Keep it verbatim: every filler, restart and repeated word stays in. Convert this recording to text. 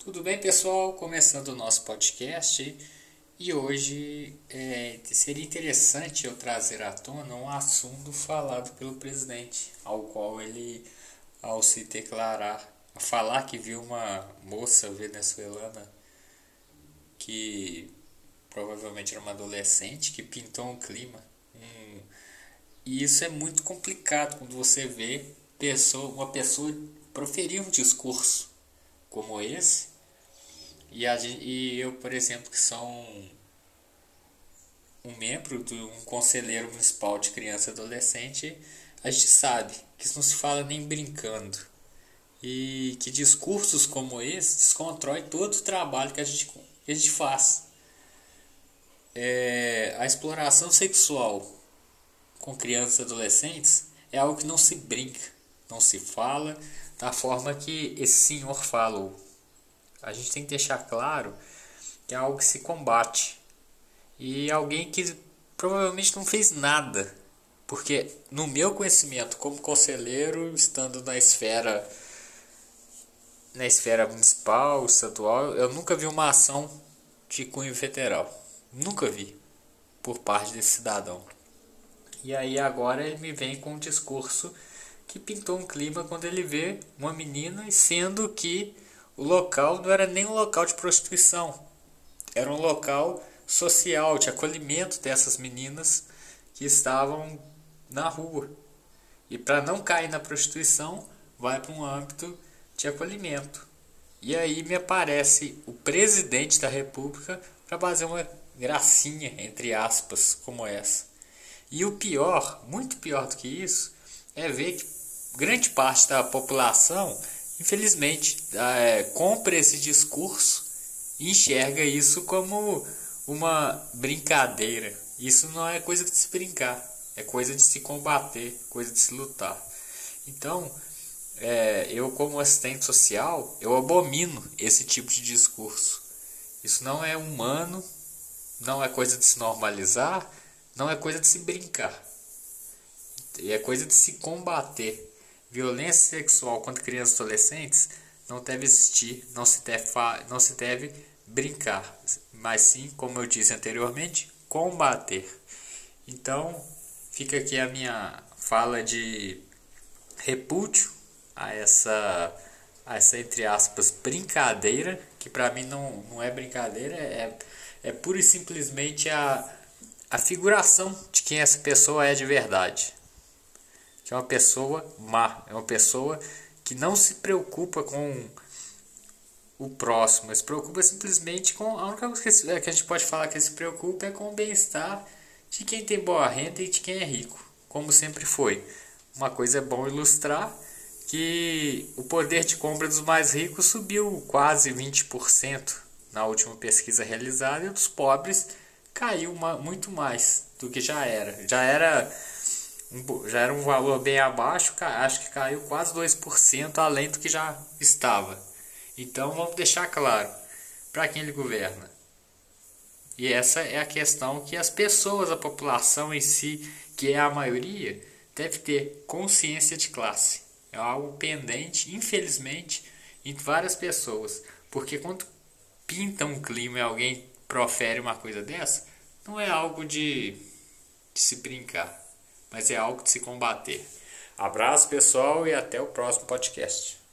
Tudo bem, pessoal? Começando o nosso podcast e hoje é, seria interessante eu trazer à tona um assunto falado pelo presidente, ao qual ele, ao se declarar, falar que viu uma moça venezuelana que provavelmente era uma adolescente que pintou um clima. Um, e isso é muito complicado quando você vê pessoa, uma pessoa proferir um discurso como esse. E, a, e eu, por exemplo, que sou um, um membro de um conselheiro municipal de criança e adolescente, a gente sabe que isso não se fala nem brincando. E que discursos como esse desconstrói todo o trabalho que a gente, que a gente faz. É, a exploração sexual com crianças e adolescentes é algo que não se brinca, não se fala da forma que esse senhor falou. A gente tem que deixar claro que é algo que se combate. E alguém que provavelmente não fez nada. Porque no meu conhecimento como conselheiro, estando na esfera na esfera municipal, estadual, eu nunca vi uma ação de cunho federal. Nunca vi por parte desse cidadão. E aí agora ele me vem com um discurso que pintou um clima quando ele vê uma menina, sendo que o local não era nem um local de prostituição, era um local social, de acolhimento dessas meninas que estavam na rua. E para não cair na prostituição, vai para um âmbito de acolhimento. E aí me aparece o presidente da República para fazer uma gracinha, entre aspas, como essa. E o pior, muito pior do que isso, é ver que grande parte da população, infelizmente, é, compra esse discurso e enxerga isso como uma brincadeira. Isso não é coisa de se brincar, é coisa de se combater, coisa de se lutar. Então, é, eu como assistente social, eu abomino esse tipo de discurso. Isso não é humano, não é coisa de se normalizar, não é coisa de se brincar. É coisa de se combater. Violência sexual contra crianças e adolescentes não deve existir, não se deve, não se deve brincar, mas sim, como eu disse anteriormente, combater. Então, fica aqui a minha fala de repúdio a essa, a essa entre aspas, brincadeira, que para mim não, não é brincadeira, é, é pura e simplesmente a, a figuração de quem essa pessoa é de verdade. Que é uma pessoa má, é uma pessoa que não se preocupa com o próximo, se preocupa simplesmente com... A única coisa que a gente pode falar que se preocupa é com o bem-estar de quem tem boa renda e de quem é rico, como sempre foi. Uma coisa é bom ilustrar que o poder de compra dos mais ricos subiu quase vinte por cento na última pesquisa realizada e o dos pobres caiu muito mais do que já era. Já era... já era um valor bem abaixo, acho que caiu quase dois por cento além do que já estava. Então vamos deixar claro para quem ele governa. E essa é a questão que as pessoas, a população em si, que é a maioria, deve ter consciência de classe. É algo pendente, infelizmente, em várias pessoas. Porque quando pinta um clima e alguém profere uma coisa dessa, não é algo de, de se brincar, mas é algo de se combater. Abraço, pessoal, e até o próximo podcast.